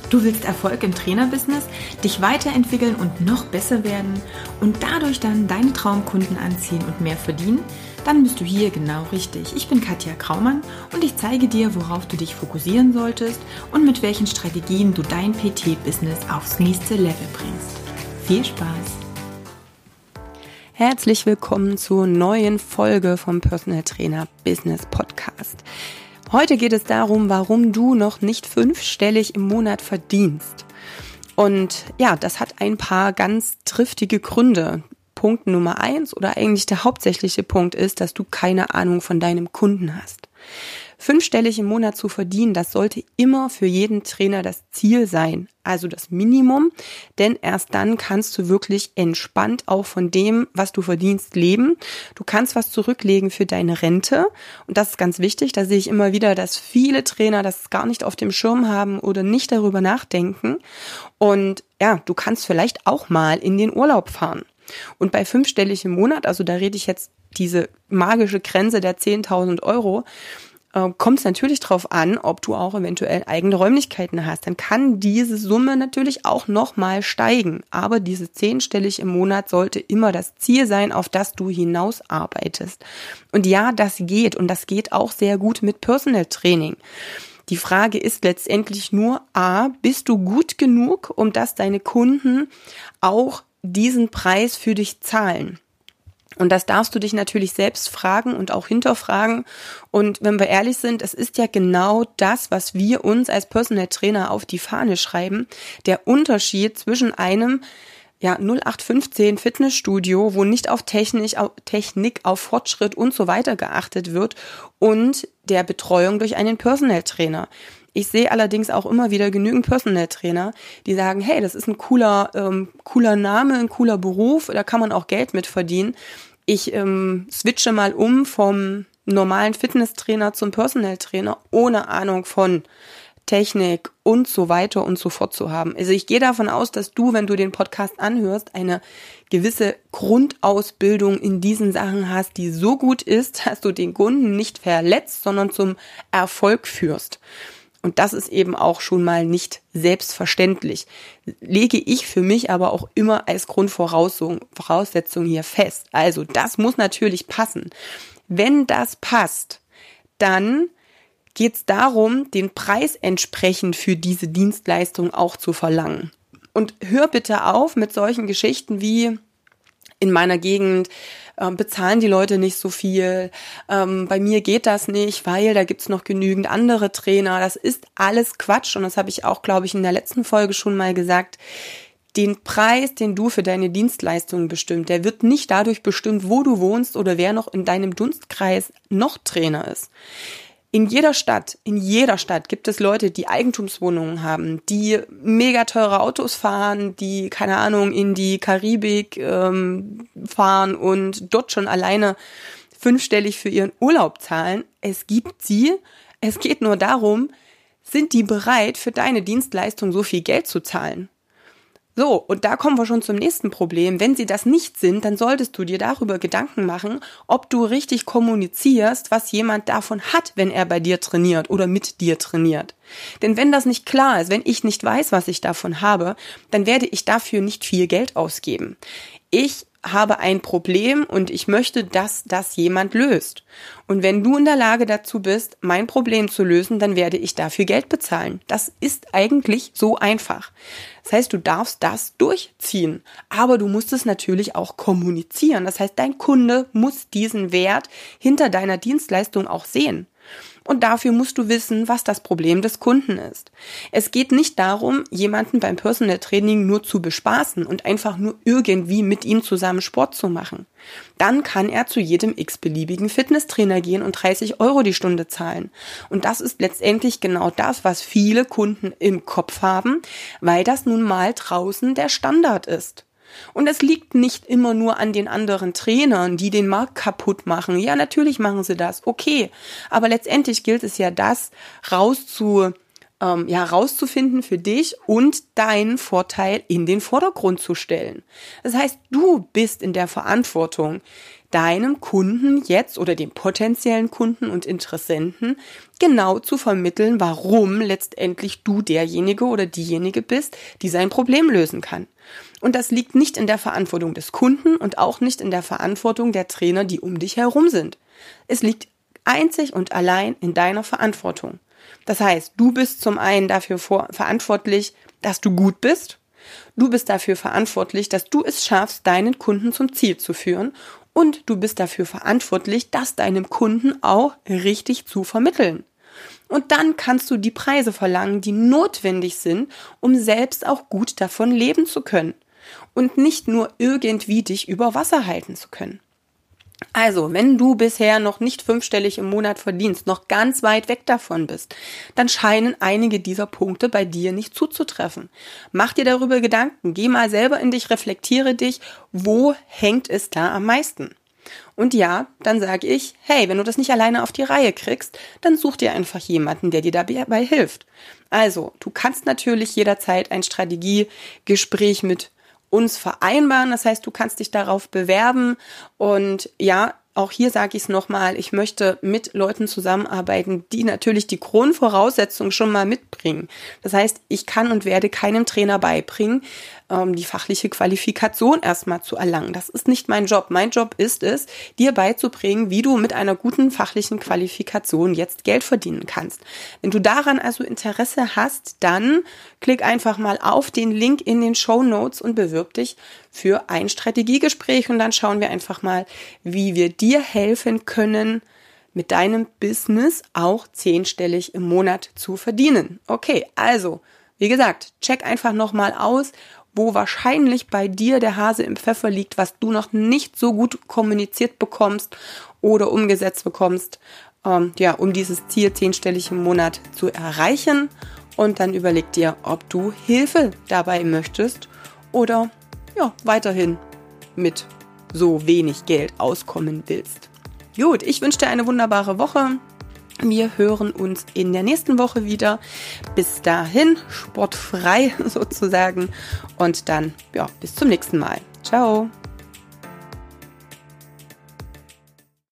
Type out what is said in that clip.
Du willst Erfolg im Trainerbusiness, dich weiterentwickeln und noch besser werden und dadurch dann deine Traumkunden anziehen und mehr verdienen? Dann bist du hier genau richtig. Ich bin Katja Kraumann und ich zeige dir, worauf du dich fokussieren solltest und mit welchen Strategien du dein PT-Business aufs nächste Level bringst. Viel Spaß! Herzlich willkommen zur neuen Folge vom Personal Trainer Business Podcast. Heute geht es darum, warum du noch nicht 5-stellig im Monat verdienst. Und ja, das hat ein paar ganz triftige Gründe. Punkt Nummer 1 oder eigentlich der hauptsächliche Punkt ist, dass du keine Ahnung von deinem Kunden hast. 5-stellig im Monat zu verdienen, das sollte immer für jeden Trainer das Ziel sein, also das Minimum, denn erst dann kannst du wirklich entspannt auch von dem, was du verdienst, leben. Du kannst was zurücklegen für deine Rente und das ist ganz wichtig, da sehe ich immer wieder, dass viele Trainer das gar nicht auf dem Schirm haben oder nicht darüber nachdenken und ja, du kannst vielleicht auch mal in den Urlaub fahren. Und bei 5-stellig im Monat, also da rede ich jetzt diese magische Grenze der 10.000 Euro, kommt es natürlich drauf an, ob du auch eventuell eigene Räumlichkeiten hast. Dann kann diese Summe natürlich auch nochmal steigen. Aber diese 10-stellig im Monat sollte immer das Ziel sein, auf das du hinausarbeitest. Und ja, das geht. Und das geht auch sehr gut mit Personal Training. Die Frage ist letztendlich nur, bist du gut genug, um dass deine Kunden auch diesen Preis für dich zahlen? Und das darfst du dich natürlich selbst fragen und auch hinterfragen. Und wenn wir ehrlich sind, es ist ja genau das, was wir uns als Personal Trainer auf die Fahne schreiben. Der Unterschied zwischen einem 0815 Fitnessstudio, wo nicht auf Technik, auf Fortschritt und so weiter geachtet wird und der Betreuung durch einen Personal Trainer. Ich sehe allerdings auch immer wieder genügend Personal Trainer, die sagen, hey, das ist ein cooler Name, ein cooler Beruf, da kann man auch Geld mit verdienen. Ich switche mal um vom normalen Fitnesstrainer zum Personal Trainer, ohne Ahnung von Technik und so weiter und so fort zu haben. Also ich gehe davon aus, dass du, wenn du den Podcast anhörst, eine gewisse Grundausbildung in diesen Sachen hast, die so gut ist, dass du den Kunden nicht verletzt, sondern zum Erfolg führst. Und das ist eben auch schon mal nicht selbstverständlich. Lege ich für mich aber auch immer als Grundvoraussetzung hier fest. Also das muss natürlich passen. Wenn das passt, dann geht es darum, den Preis entsprechend für diese Dienstleistung auch zu verlangen. Und hör bitte auf mit solchen Geschichten wie: in meiner Gegend bezahlen die Leute nicht so viel, bei mir geht das nicht, weil da gibt's noch genügend andere Trainer. Das ist alles Quatsch und das habe ich auch, glaube ich, in der letzten Folge schon mal gesagt. Den Preis, den du für deine Dienstleistungen bestimmst, der wird nicht dadurch bestimmt, wo du wohnst oder wer noch in deinem Dunstkreis noch Trainer ist. In jeder Stadt gibt es Leute, die Eigentumswohnungen haben, die mega teure Autos fahren, die, keine Ahnung, in die Karibik fahren und dort schon alleine 5-stellig für ihren Urlaub zahlen. Es gibt sie. Es geht nur darum, sind die bereit, für deine Dienstleistung so viel Geld zu zahlen? So, und da kommen wir schon zum nächsten Problem. Wenn sie das nicht sind, dann solltest du dir darüber Gedanken machen, ob du richtig kommunizierst, was jemand davon hat, wenn er bei dir trainiert oder mit dir trainiert. Denn wenn das nicht klar ist, wenn ich nicht weiß, was ich davon habe, dann werde ich dafür nicht viel Geld ausgeben. Ich habe ein Problem und ich möchte, dass das jemand löst. Und wenn du in der Lage dazu bist, mein Problem zu lösen, dann werde ich dafür Geld bezahlen. Das ist eigentlich so einfach. Das heißt, du darfst das durchziehen, aber du musst es natürlich auch kommunizieren. Das heißt, dein Kunde muss diesen Wert hinter deiner Dienstleistung auch sehen. Und dafür musst du wissen, was das Problem des Kunden ist. Es geht nicht darum, jemanden beim Personal Training nur zu bespaßen und einfach nur irgendwie mit ihm zusammen Sport zu machen. Dann kann er zu jedem x-beliebigen Fitnesstrainer gehen und 30 Euro die Stunde zahlen. Und das ist letztendlich genau das, was viele Kunden im Kopf haben, weil das nun mal draußen der Standard ist. Und es liegt nicht immer nur an den anderen Trainern, die den Markt kaputt machen. Ja, natürlich machen sie das, okay. Aber letztendlich gilt es ja, das rauszufinden für dich und deinen Vorteil in den Vordergrund zu stellen. Das heißt, du bist in der Verantwortung, deinem Kunden jetzt oder dem potenziellen Kunden und Interessenten genau zu vermitteln, warum letztendlich du derjenige oder diejenige bist, die sein Problem lösen kann. Und das liegt nicht in der Verantwortung des Kunden und auch nicht in der Verantwortung der Trainer, die um dich herum sind. Es liegt einzig und allein in deiner Verantwortung. Das heißt, du bist zum einen dafür verantwortlich, dass du gut bist. Du bist dafür verantwortlich, dass du es schaffst, deinen Kunden zum Ziel zu führen. Und du bist dafür verantwortlich, das deinem Kunden auch richtig zu vermitteln. Und dann kannst du die Preise verlangen, die notwendig sind, um selbst auch gut davon leben zu können. Und nicht nur irgendwie dich über Wasser halten zu können. Also, wenn du bisher noch nicht 5-stellig im Monat verdienst, noch ganz weit weg davon bist, dann scheinen einige dieser Punkte bei dir nicht zuzutreffen. Mach dir darüber Gedanken, geh mal selber in dich, reflektiere dich, wo hängt es da am meisten? Und ja, dann sage ich, hey, wenn du das nicht alleine auf die Reihe kriegst, dann such dir einfach jemanden, der dir dabei hilft. Also, du kannst natürlich jederzeit ein Strategiegespräch mit uns vereinbaren. Das heißt, du kannst dich darauf bewerben und ja, auch hier sage ich es nochmal, ich möchte mit Leuten zusammenarbeiten, die natürlich die Grundvoraussetzungen schon mal mitbringen. Das heißt, ich kann und werde keinem Trainer beibringen, die fachliche Qualifikation erstmal zu erlangen. Das ist nicht mein Job. Mein Job ist es, dir beizubringen, wie du mit einer guten fachlichen Qualifikation jetzt Geld verdienen kannst. Wenn du daran also Interesse hast, dann klick einfach mal auf den Link in den Shownotes und bewirb dich für ein Strategiegespräch und dann schauen wir einfach mal, wie wir dir helfen können, mit deinem Business auch 10-stellig im Monat zu verdienen. Okay, also, wie gesagt, check einfach nochmal aus, wo wahrscheinlich bei dir der Hase im Pfeffer liegt, was du noch nicht so gut kommuniziert bekommst oder umgesetzt bekommst, um dieses Ziel 10-stellig im Monat zu erreichen. Und dann überleg dir, ob du Hilfe dabei möchtest oder weiterhin mit so wenig Geld auskommen willst. Gut, ich wünsche dir eine wunderbare Woche. Wir hören uns in der nächsten Woche wieder. Bis dahin, sportfrei sozusagen. Und dann, bis zum nächsten Mal. Ciao.